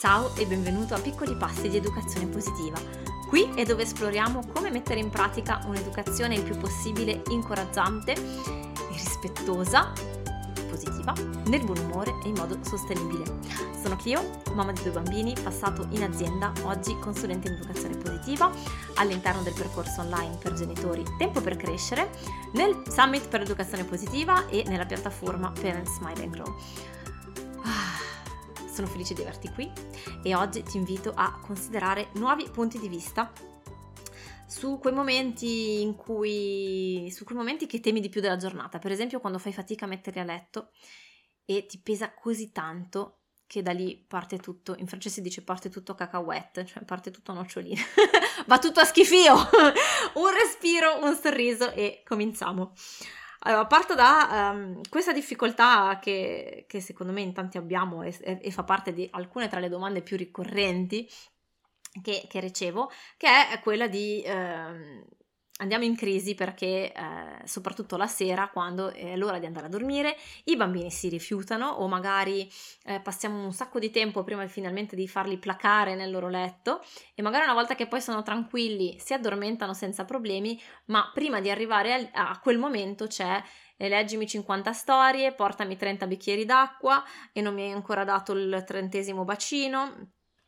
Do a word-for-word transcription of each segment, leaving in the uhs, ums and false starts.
Ciao e benvenuto a Piccoli Passi di Educazione Positiva. Qui è dove esploriamo come mettere in pratica un'educazione il più possibile incoraggiante e rispettosa, positiva, nel buon umore e in modo sostenibile. Sono Clio, mamma di due bambini, passato in azienda, oggi consulente in educazione positiva, all'interno del percorso online per genitori Tempo per Crescere, nel Summit per Educazione Positiva e nella piattaforma Parents Smile and Grow. Sono felice di averti qui e oggi ti invito a considerare nuovi punti di vista su quei momenti in cui su quei momenti che temi di più della giornata, per esempio quando fai fatica a metterli a letto e ti pesa così tanto che da lì parte tutto, in francese si dice parte tutto cacahuète, cioè parte tutto a noccioline, va tutto a schifio, un respiro, un sorriso e cominciamo. Allora, parto da um, questa difficoltà che, che secondo me in tanti abbiamo e, e fa parte di alcune tra le domande più ricorrenti che, che ricevo, che è quella di eh, andiamo in crisi perché eh, soprattutto la sera, quando è l'ora di andare a dormire, i bambini si rifiutano o magari eh, passiamo un sacco di tempo prima finalmente di farli placare nel loro letto e magari una volta che poi sono tranquilli si addormentano senza problemi, ma prima di arrivare a, a quel momento c'è eh, leggimi cinquanta storie, portami trenta bicchieri d'acqua e non mi hai ancora dato il trentesimo bacino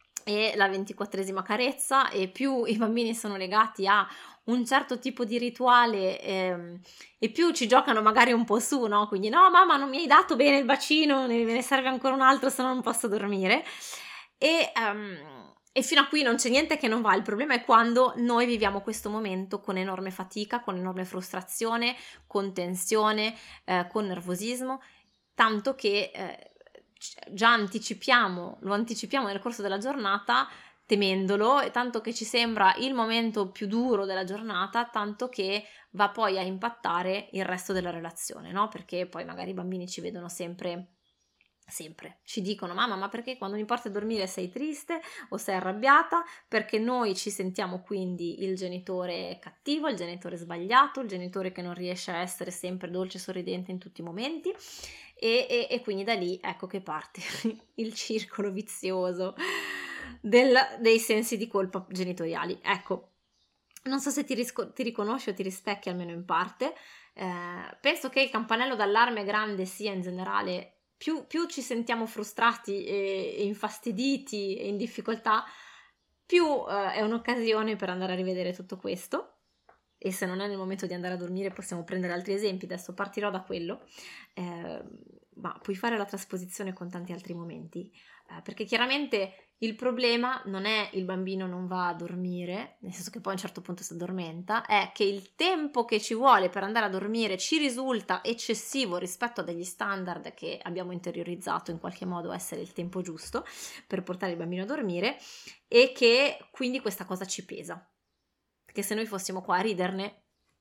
e la ventiquattresima carezza, e più i bambini sono legati a un certo tipo di rituale ehm, e più ci giocano magari un po' su, no? Quindi no mamma non mi hai dato bene il bacino, ne, ne serve ancora un altro se no non posso dormire e, um, e fino a qui non c'è niente che non va. Il problema è quando noi viviamo questo momento con enorme fatica, con enorme frustrazione, con tensione, eh, con nervosismo, tanto che eh, già anticipiamo, lo anticipiamo nel corso della giornata temendolo, e tanto che ci sembra il momento più duro della giornata, tanto che va poi a impattare il resto della relazione, no? Perché poi magari i bambini ci vedono sempre sempre, ci dicono mamma ma perché quando mi porti a dormire sei triste o sei arrabbiata, perché noi ci sentiamo quindi il genitore cattivo, il genitore sbagliato, il genitore che non riesce a essere sempre dolce e sorridente in tutti i momenti e, e, e quindi da lì ecco che parte il circolo vizioso del, dei sensi di colpa genitoriali. Ecco, non so se ti, risco- ti riconosci o ti rispecchi almeno in parte. Eh, penso che il campanello d'allarme grande sia in generale Più, più ci sentiamo frustrati e, e infastiditi e in difficoltà, più eh, è un'occasione per andare a rivedere tutto questo. E se non è nel momento di andare a dormire possiamo prendere altri esempi, adesso partirò da quello, eh, ma puoi fare la trasposizione con tanti altri momenti, eh, perché chiaramente il problema non è il bambino non va a dormire, nel senso che poi a un certo punto si addormenta, è che il tempo che ci vuole per andare a dormire ci risulta eccessivo rispetto a degli standard che abbiamo interiorizzato in qualche modo essere il tempo giusto per portare il bambino a dormire, e che quindi questa cosa ci pesa. Che se noi fossimo qua a riderne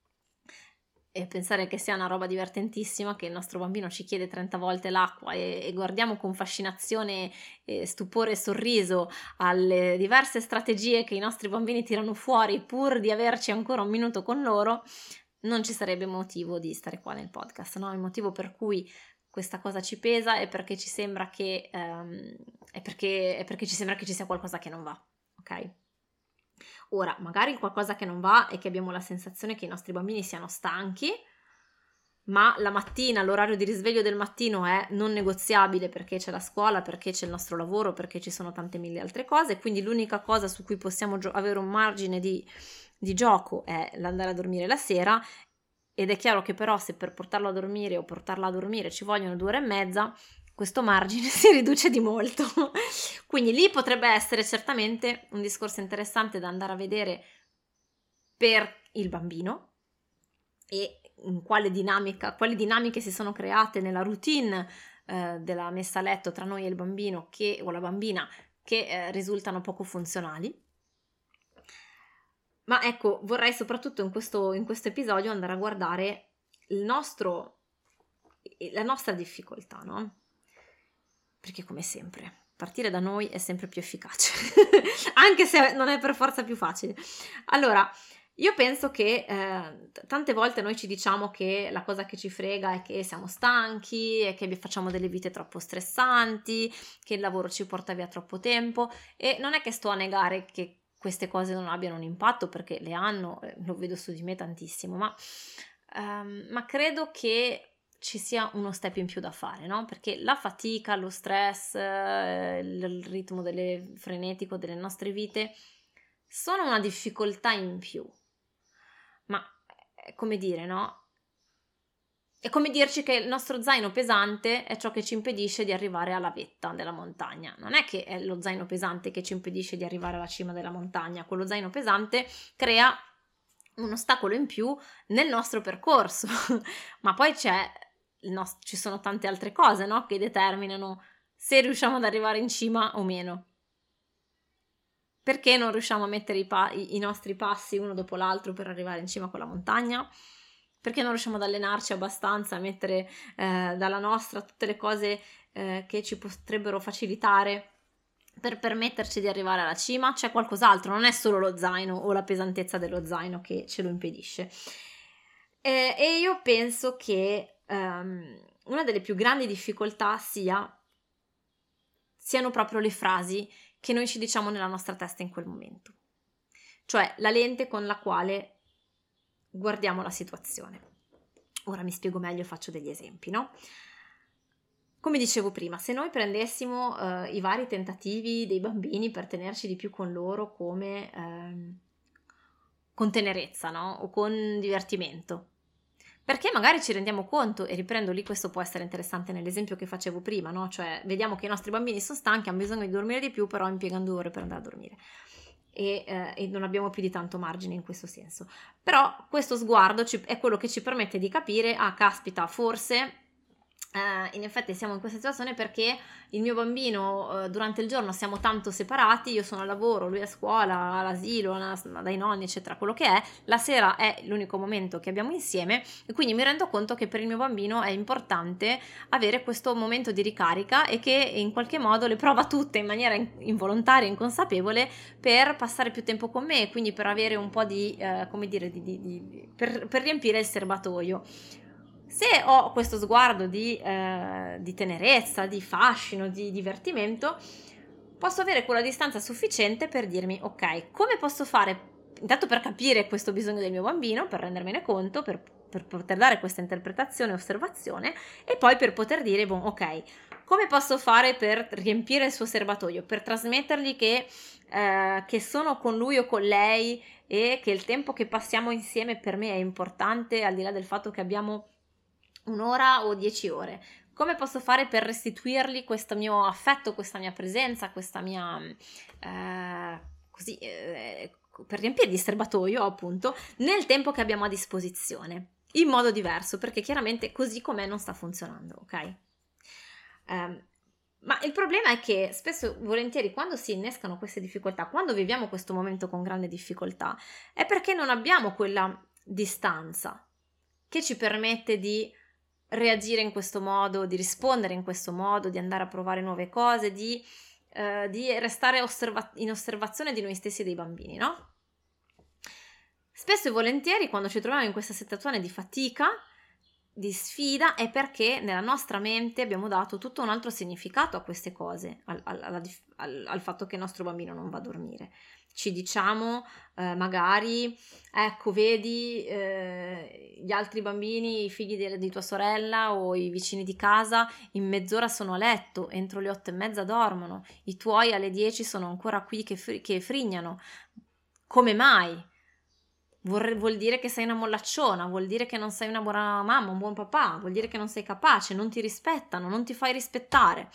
e pensare che sia una roba divertentissima, che il nostro bambino ci chiede trenta volte l'acqua e, e guardiamo con fascinazione, e stupore e sorriso alle diverse strategie che i nostri bambini tirano fuori pur di averci ancora un minuto con loro, non ci sarebbe motivo di stare qua nel podcast, no? Il motivo per cui questa cosa ci pesa è perché ci sembra che um, è perché, è perché ci sembra che ci sia qualcosa che non va, ok? Ora, magari il qualcosa che non va è che abbiamo la sensazione che i nostri bambini siano stanchi, ma la mattina, l'orario di risveglio del mattino è non negoziabile perché c'è la scuola, perché c'è il nostro lavoro, perché ci sono tante mille altre cose, quindi l'unica cosa su cui possiamo gio- avere un margine di, di gioco è l'andare a dormire la sera, ed è chiaro che però se per portarlo a dormire o portarla a dormire ci vogliono due ore e mezza, questo margine si riduce di molto. Quindi lì potrebbe essere certamente un discorso interessante da andare a vedere per il bambino e in quale dinamica, quali dinamiche si sono create nella routine eh, della messa a letto tra noi e il bambino che, o la bambina che eh, risultano poco funzionali. Ma ecco, vorrei soprattutto in questo, in questo episodio andare a guardare il nostro, la nostra difficoltà, no? Perché come sempre, partire da noi è sempre più efficace, anche se non è per forza più facile. Allora, Io penso che eh, t- tante volte noi ci diciamo che la cosa che ci frega è che siamo stanchi, e che facciamo delle vite troppo stressanti, che il lavoro ci porta via troppo tempo, e non è che sto a negare che queste cose non abbiano un impatto, perché le hanno, eh, lo vedo su di me tantissimo, ma, ehm, ma credo che ci sia uno step in più da fare, no? Perché la fatica, lo stress, eh, il il ritmo delle- frenetico delle nostre vite sono una difficoltà in più. Ma è come dire, no? È come dirci che il nostro zaino pesante è ciò che ci impedisce di arrivare alla vetta della montagna. Non è che è lo zaino pesante che ci impedisce di arrivare alla cima della montagna, quello zaino pesante crea un ostacolo in più nel nostro percorso. Ma poi c'è il nos- ci sono tante altre cose, no? Che determinano se riusciamo ad arrivare in cima o meno. Perché non riusciamo a mettere i, pa- i, i nostri passi uno dopo l'altro per arrivare in cima a quella montagna? Perché non riusciamo ad allenarci abbastanza, a mettere eh, dalla nostra tutte le cose eh, che ci potrebbero facilitare per permetterci di arrivare alla cima? C'è qualcos'altro, non è solo lo zaino o la pesantezza dello zaino che ce lo impedisce. Eh, e io penso che um, una delle più grandi difficoltà sia siano proprio le frasi che noi ci diciamo nella nostra testa in quel momento. Cioè la lente con la quale guardiamo la situazione. Ora mi spiego meglio e faccio degli esempi, no? Come dicevo prima, se noi prendessimo eh, i vari tentativi dei bambini per tenerci di più con loro come ehm, con tenerezza, no? O con divertimento. Perché magari ci rendiamo conto, e riprendo lì, questo può essere interessante nell'esempio che facevo prima, no? Cioè vediamo che i nostri bambini sono stanchi, hanno bisogno di dormire di più, però impiegano due ore per andare a dormire. E, eh, e non abbiamo più di tanto margine in questo senso. Però questo sguardo ci, è quello che ci permette di capire, ah caspita, forse Uh, in effetti siamo in questa situazione perché il mio bambino uh, durante il giorno siamo tanto separati, io sono al lavoro, lui a scuola, all'asilo, alla, dai nonni eccetera, quello che è, la sera è l'unico momento che abbiamo insieme e quindi mi rendo conto che per il mio bambino è importante avere questo momento di ricarica e che in qualche modo le prova tutte in maniera involontaria e inconsapevole per passare più tempo con me e quindi per avere un po' di, uh, come dire, di, di, di, per, per riempire il serbatoio. Se ho questo sguardo di, eh, di tenerezza, di fascino, di divertimento, posso avere quella distanza sufficiente per dirmi, ok, come posso fare, intanto per capire questo bisogno del mio bambino, per rendermene conto, per, per poter dare questa interpretazione e osservazione, e poi per poter dire, bon, ok, come posso fare per riempire il suo serbatoio, per trasmettergli che, eh, che sono con lui o con lei e che il tempo che passiamo insieme per me è importante, al di là del fatto che abbiamo un'ora o dieci ore. Come posso fare per restituirgli questo mio affetto, questa mia presenza, questa mia eh, così eh, per riempire il serbatoio, appunto, nel tempo che abbiamo a disposizione, in modo diverso, perché chiaramente così com'è non sta funzionando, ok? Um, ma il problema è che spesso e volentieri quando si innescano queste difficoltà, quando viviamo questo momento con grande difficoltà, è perché non abbiamo quella distanza che ci permette di reagire in questo modo, di rispondere in questo modo, di andare a provare nuove cose, di, eh, di restare osserva- in osservazione di noi stessi e dei bambini, no? Spesso e volentieri quando ci troviamo in questa situazione di fatica, di sfida, è perché nella nostra mente abbiamo dato tutto un altro significato a queste cose, al, al, al, al fatto che il nostro bambino non va a dormire. Ci diciamo eh, magari, ecco vedi eh, gli altri bambini, i figli di, di tua sorella o i vicini di casa in mezz'ora sono a letto, entro le otto e mezza dormono, i tuoi alle dieci sono ancora qui che, fri- che frignano. Come mai? Vuol, vuol dire che sei una mollacciona, vuol dire che non sei una buona mamma, un buon papà, vuol dire che non sei capace, non ti rispettano, non ti fai rispettare.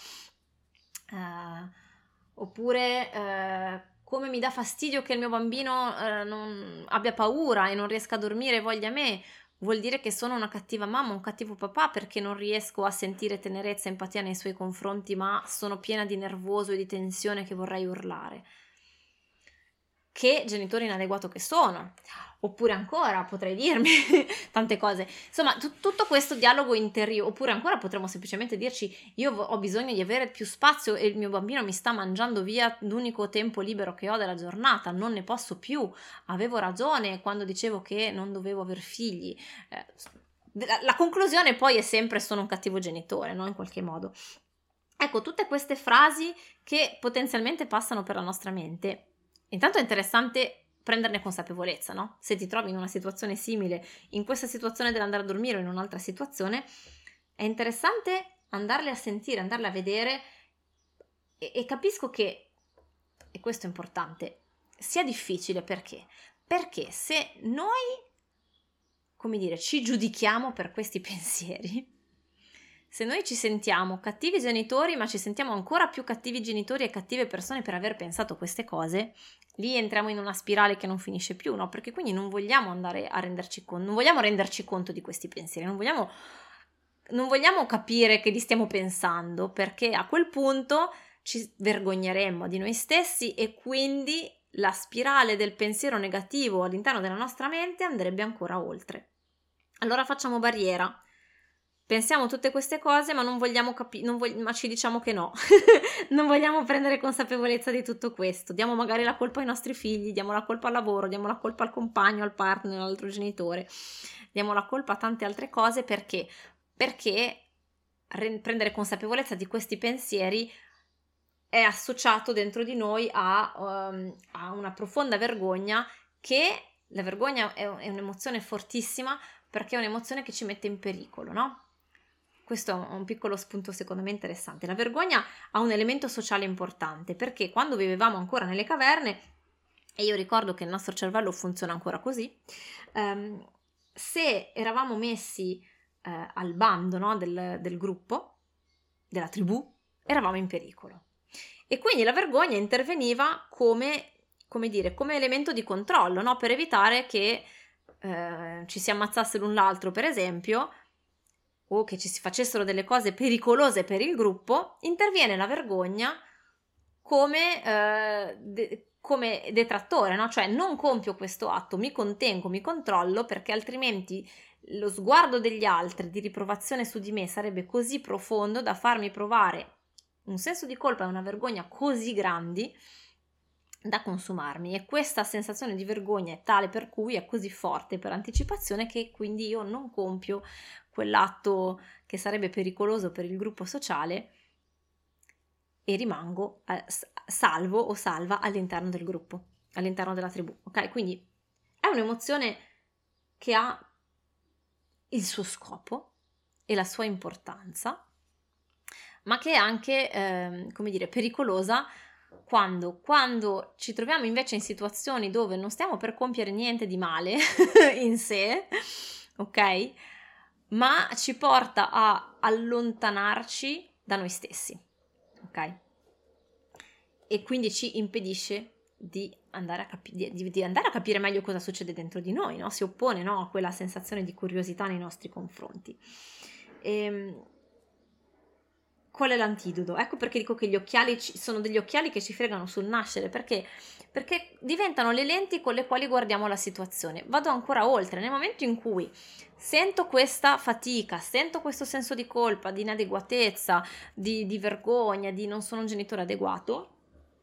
Uh, oppure uh, come mi dà fastidio che il mio bambino uh, non abbia paura e non riesca a dormire e voglia me, vuol dire che sono una cattiva mamma, un cattivo papà perché non riesco a sentire tenerezza e empatia nei suoi confronti, ma sono piena di nervoso e di tensione che vorrei urlare. che genitore inadeguato che sono. Oppure ancora potrei dirmi tante cose, insomma t- tutto questo dialogo interiore. Oppure ancora potremmo semplicemente dirci: io ho bisogno di avere più spazio e il mio bambino mi sta mangiando via l'unico tempo libero che ho della giornata, non ne posso più, avevo ragione quando dicevo che non dovevo aver figli. eh, la, la conclusione poi è sempre: sono un cattivo genitore, no? In qualche modo, ecco, tutte queste frasi che potenzialmente passano per la nostra mente. Intanto è interessante prenderne consapevolezza, no? Se ti trovi in una situazione simile, in questa situazione dell'andare a dormire o in un'altra situazione, è interessante andarle a sentire, andarle a vedere e, e capisco che, e questo è importante, sia difficile. Perché? Perché se noi, come dire, ci giudichiamo per questi pensieri, se noi ci sentiamo cattivi genitori, ma ci sentiamo ancora più cattivi genitori e cattive persone per aver pensato queste cose, lì entriamo in una spirale che non finisce più, no? Perché quindi non vogliamo andare a renderci conto, non vogliamo renderci conto di questi pensieri, non vogliamo, non vogliamo capire che li stiamo pensando, perché a quel punto ci vergogneremmo di noi stessi e quindi la spirale del pensiero negativo all'interno della nostra mente andrebbe ancora oltre. Allora facciamo barriera. Pensiamo tutte queste cose, ma non vogliamo capire, non vog- ma ci diciamo che no, non vogliamo prendere consapevolezza di tutto questo. Diamo magari la colpa ai nostri figli, diamo la colpa al lavoro, diamo la colpa al compagno, al partner, all'altro genitore, diamo la colpa a tante altre cose. Perché? Perché re- prendere consapevolezza di questi pensieri è associato dentro di noi a, um, a una profonda vergogna, che la vergogna è, è un'emozione fortissima, perché è un'emozione che ci mette in pericolo, no? Questo è un piccolo spunto secondo me interessante. La vergogna ha un elemento sociale importante, perché quando vivevamo ancora nelle caverne, e io ricordo che il nostro cervello funziona ancora così, ehm, se eravamo messi eh, al bando, no, del, del gruppo, della tribù, eravamo in pericolo. E quindi la vergogna interveniva come, come dire, come elemento di controllo, no? Per evitare che eh, ci si ammazzasse l'un l'altro, per esempio, o che ci si facessero delle cose pericolose per il gruppo. Interviene la vergogna come, eh, de- come detrattore, no? Cioè non compio questo atto, mi contengo, mi controllo, perché altrimenti lo sguardo degli altri di riprovazione su di me sarebbe così profondo da farmi provare un senso di colpa e una vergogna così grandi da consumarmi, e questa sensazione di vergogna è tale per cui è così forte per anticipazione che quindi io non compio quell'atto che sarebbe pericoloso per il gruppo sociale e rimango eh, salvo o salva all'interno del gruppo, all'interno della tribù, ok? Quindi è un'emozione che ha il suo scopo e la sua importanza, ma che è anche, eh, come dire, pericolosa quando, quando ci troviamo invece in situazioni dove non stiamo per compiere niente di male in sé, ok? Ma ci porta a allontanarci da noi stessi, ok? E quindi ci impedisce di andare a, capi- di, di andare a capire meglio cosa succede dentro di noi, no? Si oppone, no, a quella sensazione di curiosità nei nostri confronti. E, qual è l'antidoto? Ecco perché dico che gli occhiali ci, sono degli occhiali che ci fregano sul nascere, perché? Perché diventano le lenti con le quali guardiamo la situazione. Vado ancora oltre, nel momento in cui sento questa fatica, sento questo senso di colpa, di inadeguatezza, di, di vergogna, di non sono un genitore adeguato,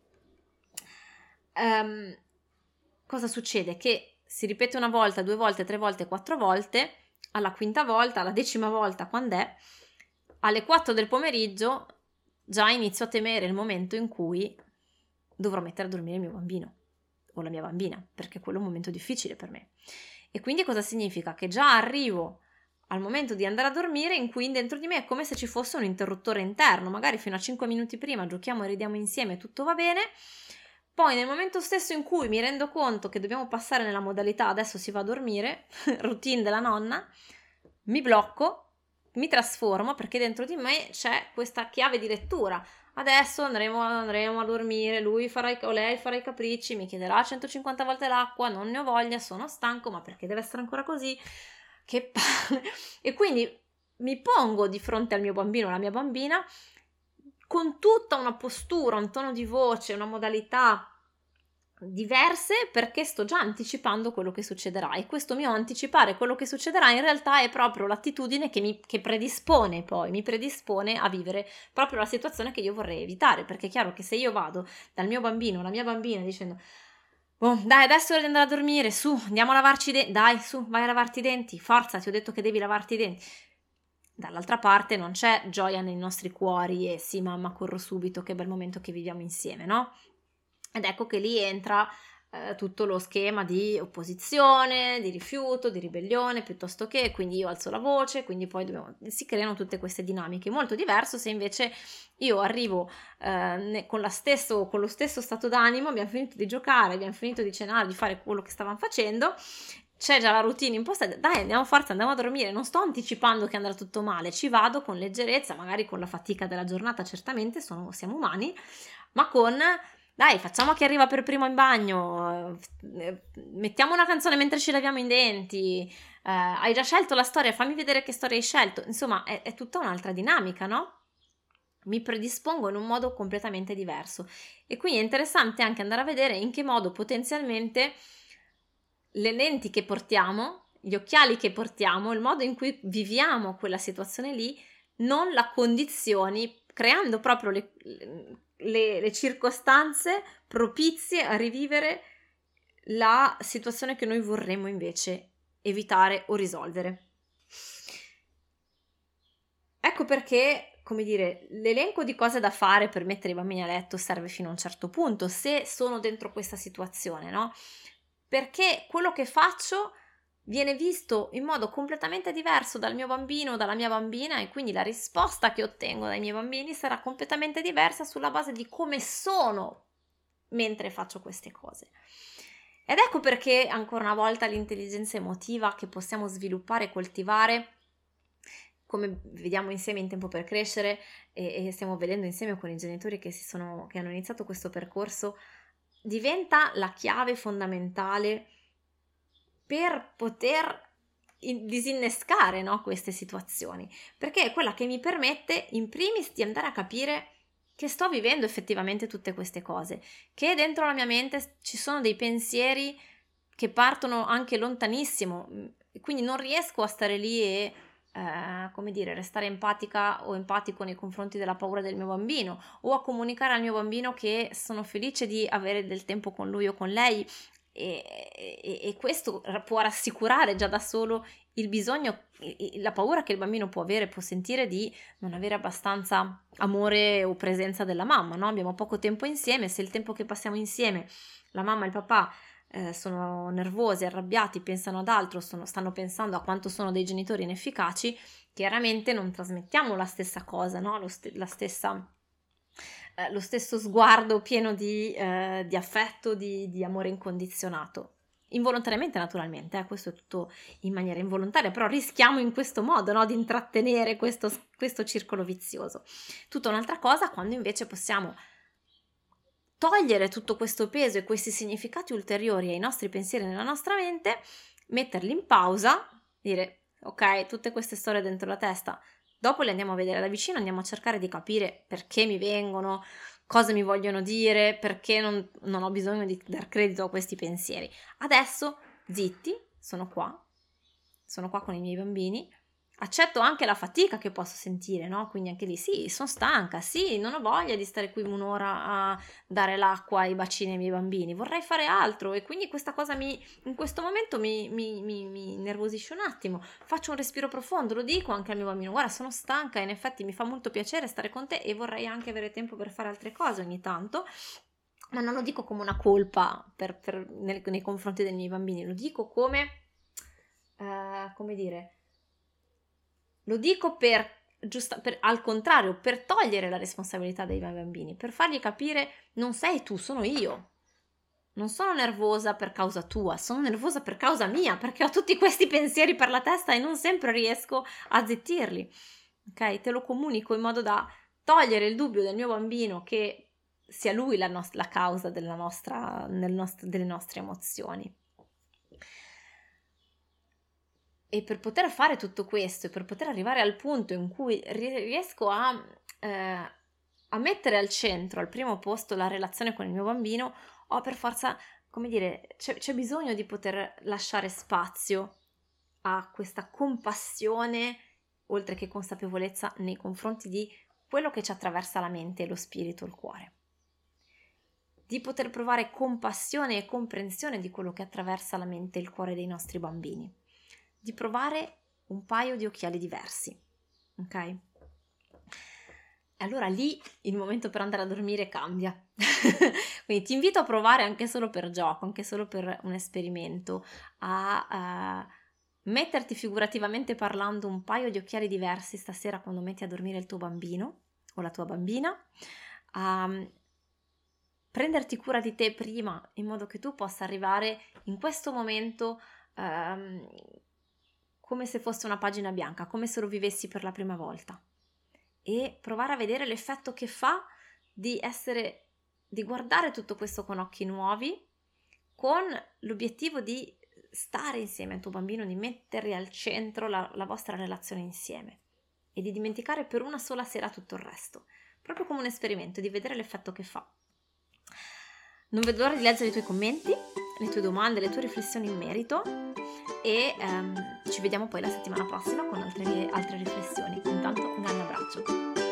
um, cosa succede? Che si ripete una volta, due volte, tre volte, quattro volte, alla quinta volta, alla decima volta, quando è? Alle quattro del pomeriggio già inizio a temere il momento in cui dovrò mettere a dormire il mio bambino o la mia bambina, perché quello è un momento difficile per me. E quindi cosa significa? Che già arrivo al momento di andare a dormire in cui dentro di me è come se ci fosse un interruttore interno, magari fino a cinque minuti prima giochiamo e ridiamo insieme, tutto va bene, poi nel momento stesso in cui mi rendo conto che dobbiamo passare nella modalità adesso si va a dormire, routine della nonna, mi blocco, mi trasformo, perché dentro di me c'è questa chiave di lettura. Adesso andremo, andremo a dormire, lui farà i, o lei farà i capricci, mi chiederà centocinquanta volte l'acqua, non ne ho voglia, sono stanco, ma perché deve essere ancora così? Che palle! E quindi mi pongo di fronte al mio bambino, alla mia bambina, con tutta una postura, un tono di voce, una modalità diverse perché sto già anticipando quello che succederà, e questo mio anticipare quello che succederà in realtà è proprio l'attitudine che mi che predispone poi, mi predispone a vivere proprio la situazione che io vorrei evitare, perché è chiaro che se io vado dal mio bambino, la mia bambina dicendo: "Boh, dai adesso è ora di andare a dormire, su andiamo a lavarci i de dai su vai a lavarti i denti, forza ti ho detto che devi lavarti i denti". Dall'altra parte non c'è gioia nei nostri cuori e "sì mamma corro subito, che bel momento che viviamo insieme", no? Ed ecco che lì entra eh, tutto lo schema di opposizione, di rifiuto, di ribellione, piuttosto che quindi io alzo la voce, quindi poi dobbiamo, si creano tutte queste dinamiche. Molto diverso se invece io arrivo eh, ne- con, la stesso, con lo stesso stato d'animo, abbiamo finito di giocare, abbiamo finito di cenare, di fare quello che stavamo facendo, c'è già la routine impostata, dai andiamo forza, andiamo a dormire, non sto anticipando che andrà tutto male, ci vado con leggerezza, magari con la fatica della giornata, certamente sono, siamo umani, ma con dai facciamo chi arriva per primo in bagno, eh, mettiamo una canzone mentre ci laviamo i denti, eh, hai già scelto la storia, fammi vedere che storia hai scelto, insomma è, è tutta un'altra dinamica, no? Mi predispongo in un modo completamente diverso, e quindi è interessante anche andare a vedere in che modo potenzialmente le lenti che portiamo, gli occhiali che portiamo, il modo in cui viviamo quella situazione lì non la condizioni, creando proprio le, le, le circostanze propizie a rivivere la situazione che noi vorremmo invece evitare o risolvere. Ecco perché, come dire, l'elenco di cose da fare per mettere i bambini a letto serve fino a un certo punto, se sono dentro questa situazione, no? Perché quello che faccio viene visto in modo completamente diverso dal mio bambino o dalla mia bambina, e quindi la risposta che ottengo dai miei bambini sarà completamente diversa sulla base di come sono mentre faccio queste cose. Ed ecco perché, ancora una volta, l'intelligenza emotiva che possiamo sviluppare e coltivare, come vediamo insieme in Tempo per Crescere, e, e stiamo vedendo insieme con i genitori che, si sono, che hanno iniziato questo percorso, diventa la chiave fondamentale per poter disinnescare, no, queste situazioni, perché è quella che mi permette in primis di andare a capire che sto vivendo effettivamente tutte queste cose, che dentro la mia mente ci sono dei pensieri che partono anche lontanissimo, quindi non riesco a stare lì e eh, come dire, restare empatica o empatico nei confronti della paura del mio bambino, o a comunicare al mio bambino che sono felice di avere del tempo con lui o con lei, e, e, e questo può rassicurare già da solo il bisogno, la paura che il bambino può avere, può sentire di non avere abbastanza amore o presenza della mamma, no? Abbiamo poco tempo insieme, se il tempo che passiamo insieme la mamma e il papà eh, sono nervosi, arrabbiati, pensano ad altro, sono, stanno pensando a quanto sono dei genitori inefficaci, chiaramente non trasmettiamo la stessa cosa, no? Lo st- la stessa eh, lo stesso sguardo pieno di, eh, di affetto, di, di amore incondizionato. Involontariamente, naturalmente, eh, questo è tutto in maniera involontaria, però rischiamo in questo modo, no, di intrattenere questo, questo circolo vizioso. Tutta un'altra cosa quando invece possiamo togliere tutto questo peso e questi significati ulteriori ai nostri pensieri nella nostra mente, metterli in pausa, dire ok, tutte queste storie dentro la testa, dopo le andiamo a vedere da vicino, andiamo a cercare di capire perché mi vengono, cosa mi vogliono dire, perché non, non ho bisogno di dar credito a questi pensieri. Adesso, zitti, sono qua, sono qua con i miei bambini, accetto anche la fatica che posso sentire, no? Quindi anche lì, sì, sono stanca, sì, non ho voglia di stare qui un'ora a dare l'acqua e i bacini ai miei bambini, vorrei fare altro, e quindi questa cosa mi, in questo momento mi, mi, mi, mi nervosisce un attimo, faccio un respiro profondo, lo dico anche al mio bambino, guarda, sono stanca, in effetti mi fa molto piacere stare con te e vorrei anche avere tempo per fare altre cose ogni tanto, ma non lo dico come una colpa per, per, nel, nei confronti dei miei bambini, lo dico come, uh, come dire, lo dico per, giusta, per, al contrario, per togliere la responsabilità dei miei bambini, per fargli capire non sei tu, sono io. Non sono nervosa per causa tua, sono nervosa per causa mia, perché ho tutti questi pensieri per la testa e non sempre riesco a zittirli. Ok? Te lo comunico in modo da togliere il dubbio del mio bambino che sia lui la, no- la causa della nostra, nel nost- delle nostre emozioni. E per poter fare tutto questo e per poter arrivare al punto in cui riesco a, eh, a mettere al centro, al primo posto, la relazione con il mio bambino, ho per forza come dire, c'è, c'è bisogno di poter lasciare spazio a questa compassione, oltre che consapevolezza, nei confronti di quello che ci attraversa la mente, lo spirito, il cuore. Di poter provare compassione e comprensione di quello che attraversa la mente e il cuore dei nostri bambini. Di provare un paio di occhiali diversi, ok? Allora lì il momento per andare a dormire cambia. Quindi ti invito a provare anche solo per gioco, anche solo per un esperimento, a uh, metterti figurativamente parlando un paio di occhiali diversi stasera quando metti a dormire il tuo bambino o la tua bambina, a um, prenderti cura di te prima in modo che tu possa arrivare in questo momento um, come se fosse una pagina bianca, come se lo vivessi per la prima volta. E provare a vedere l'effetto che fa di essere, di guardare tutto questo con occhi nuovi, con l'obiettivo di stare insieme al tuo bambino, di mettere al centro la, la vostra relazione insieme e di dimenticare per una sola sera tutto il resto, proprio come un esperimento, di vedere l'effetto che fa. Non vedo l'ora di leggere i tuoi commenti, le tue domande, le tue riflessioni in merito e um, ci vediamo poi la settimana prossima con altre, altre riflessioni. Intanto un grande abbraccio.